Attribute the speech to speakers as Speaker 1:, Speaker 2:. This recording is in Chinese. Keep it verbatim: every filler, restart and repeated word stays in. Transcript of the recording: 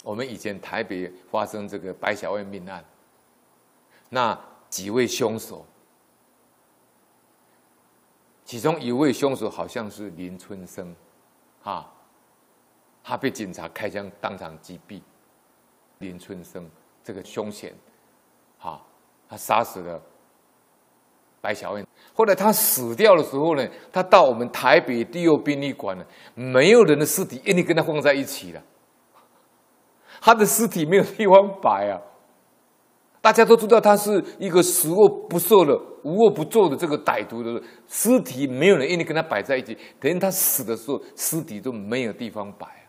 Speaker 1: 我们以前台北发生这个白小燕命案，那几位凶手，其中一位凶手好像是林春生，啊，他被警察开枪当场击毙。林春生这个凶嫌，啊，他杀死了白小燕。后来他死掉的时候呢，他到我们台北第六殡仪馆呢，没有人的尸体愿意跟他放在一起了。他的尸体没有地方摆啊！大家都知道他是一个十恶不赦的、无恶不作的这个歹徒的尸体，没有人愿意跟他摆在一起。等于他死的时候，尸体都没有地方摆。